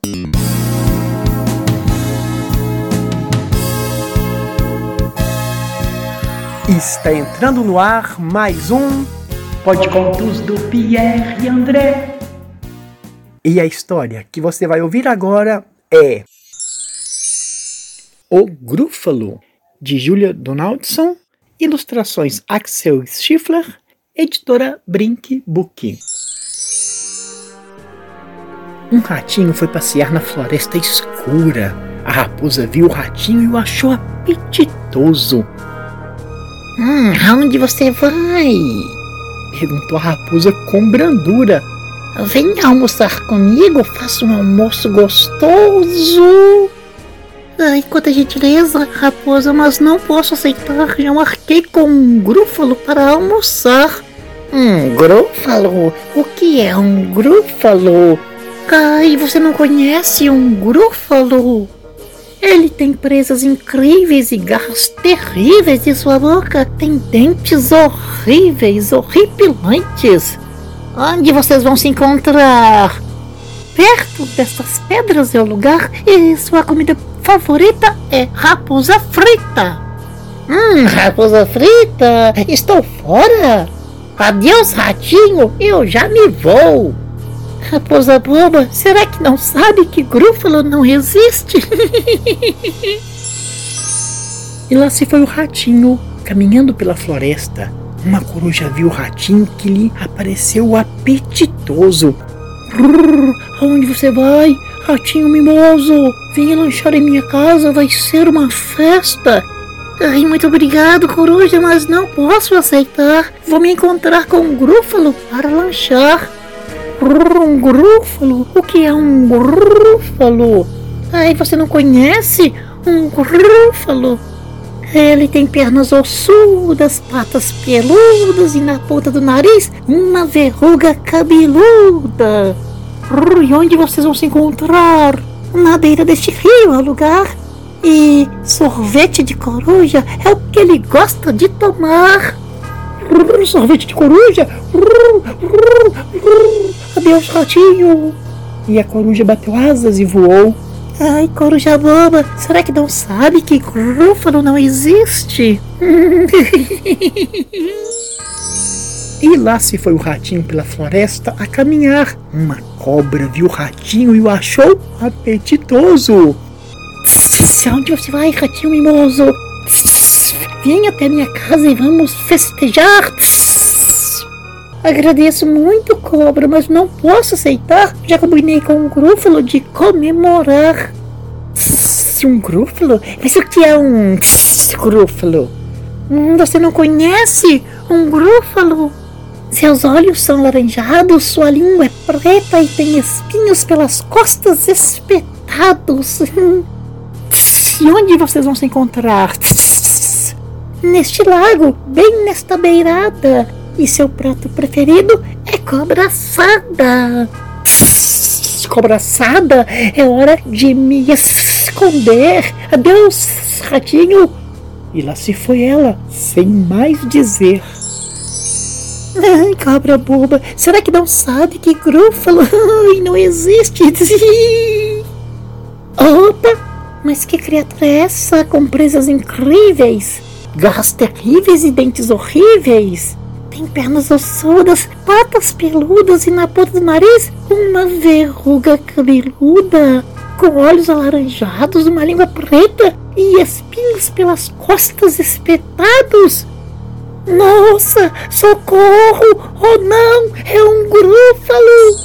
Está entrando no ar mais um Podcontos do Pierre e André. E a história que você vai ouvir agora é O Grúfalo, de Julia Donaldson, ilustrações Axel Schiffler, editora Brink Book. Um ratinho foi passear na floresta escura. A raposa viu o ratinho e o achou apetitoso. Aonde você vai? Perguntou a raposa com brandura. Venha almoçar comigo, faça um almoço gostoso. Ai, quanta gentileza, raposa, mas não posso aceitar. Já marquei com um grúfalo para almoçar. Grúfalo? O que é um grúfalo? Ai, você não conhece um grúfalo? Ele tem presas incríveis e garras terríveis em sua boca. Tem dentes horríveis, horripilantes. Onde vocês vão se encontrar? Perto dessas pedras é o lugar e sua comida favorita é raposa frita. Raposa frita? Estou fora. Adeus, ratinho, eu já me vou. Raposa boba, será que não sabe que grúfalo não existe? E lá se foi o ratinho, caminhando pela floresta. Uma coruja viu o ratinho que lhe apareceu apetitoso. Aonde você vai, ratinho mimoso? Venha lanchar em minha casa, vai ser uma festa. Ai, muito obrigado, coruja, mas não posso aceitar. Vou me encontrar com um grúfalo para lanchar. Um grúfalo? O que é um grúfalo? Ai, você não conhece um grúfalo? Ele tem pernas ossudas, patas peludas e na ponta do nariz uma verruga cabeluda. E onde vocês vão se encontrar? Na beira deste rio é o lugar. E sorvete de coruja é o que ele gosta de tomar. Sorvete de coruja? Adeus, ratinho. E a coruja bateu asas e voou. Ai, coruja boba, será que não sabe que grúfalo não existe? E lá se foi o ratinho pela floresta a caminhar. Uma cobra viu o ratinho e o achou apetitoso. Onde você vai, ratinho mimoso? Vem até minha casa e vamos festejar. Agradeço muito, cobra, mas não posso aceitar. Já combinei com um grúfalo de comemorar. Um grúfalo? Mas o que é um grúfalo? Você não conhece um grúfalo? Seus olhos são laranjados, sua língua é preta e tem espinhos pelas costas espetados. E onde vocês vão se encontrar? Neste lago, bem nesta beirada. E seu prato preferido é cobra assada. Cobra assada? É hora de me esconder. Adeus, ratinho. E lá se foi ela, sem mais dizer. Ai, cobra boba, será que não sabe que grúfalo não existe? Opa, mas que criatura é essa com presas incríveis? Garras terríveis e dentes horríveis? Tem pernas ossudas, patas peludas e na ponta do nariz uma verruga cabeluda, com olhos alaranjados, uma língua preta e espinhos pelas costas espetados. Nossa, socorro! Oh não, é um grúfalo!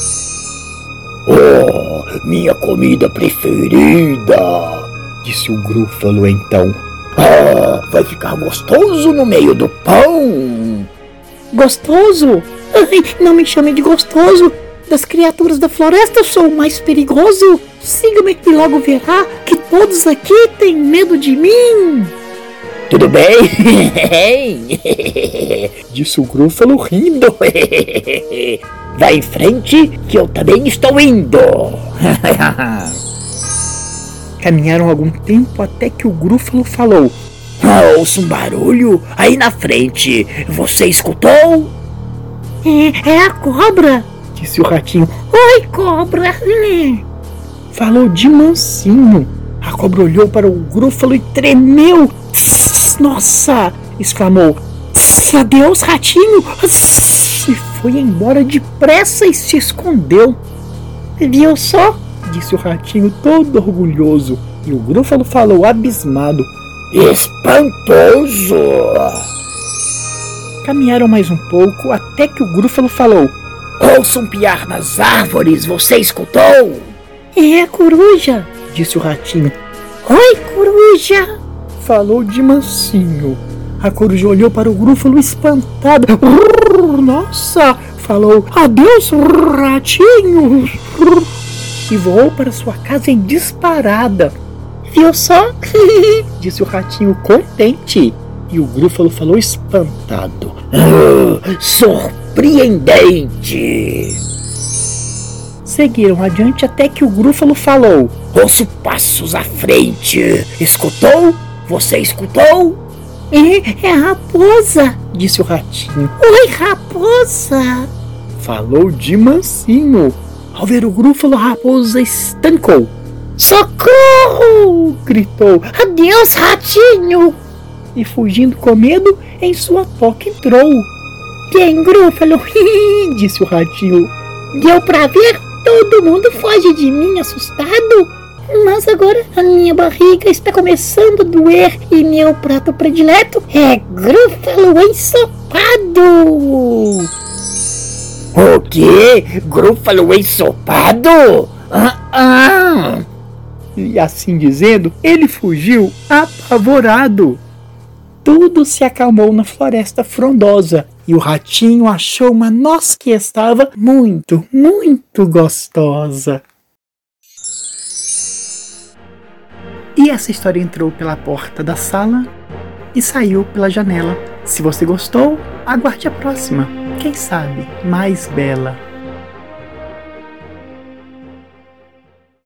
Oh, minha comida preferida! Disse o grúfalo então. Vai ficar gostoso no meio do pão! Gostoso? Ai, não me chame de gostoso! Das criaturas da floresta eu sou o mais perigoso! Siga-me e logo verá que todos aqui têm medo de mim! Tudo bem? Disse o grúfalo rindo. Vai em frente que eu também estou indo! Caminharam algum tempo até que o grúfalo falou. Ouço um barulho aí na frente. Você escutou? É a cobra, disse o ratinho. Oi, cobra. falou de mansinho. A cobra olhou para o Grúfalo e tremeu. Tss, nossa! Exclamou. Tss, adeus, ratinho! Tss, e foi embora depressa e se escondeu. Viu só? Disse o ratinho todo orgulhoso. E o Grúfalo falou abismado. Espantoso! Caminharam mais um pouco até que o Grúfalo falou. Ouço um piar nas árvores, você escutou? É a coruja, Disse o ratinho. oi, coruja. Falou de mansinho. A coruja olhou para o Grúfalo espantada. Nossa! Falou. Adeus, ratinho! E voou para sua casa em disparada. Viu só? Disse o ratinho contente. E o Grúfalo falou espantado. Surpreendente! Seguiram adiante até que o Grúfalo falou. Ouço passos à frente. Escutou? Você escutou? É a raposa. Disse o ratinho. Oi, raposa. Falou de mansinho. Ao ver o Grúfalo, a raposa estancou. Socorro! Gritou. Adeus, ratinho. E fugindo com medo, em sua toca entrou. Bem, Grúfalo, Disse o ratinho. deu pra ver? Todo mundo foge de mim assustado. Mas agora a minha barriga está começando a doer e meu prato predileto é Grúfalo ensopado. O quê? Grúfalo ensopado? E assim dizendo, ele fugiu apavorado. Tudo se acalmou na floresta frondosa e o ratinho achou uma noz que estava muito, muito gostosa. E essa história entrou pela porta da sala e saiu pela janela. Se você gostou, aguarde a próxima. Quem sabe mais bela.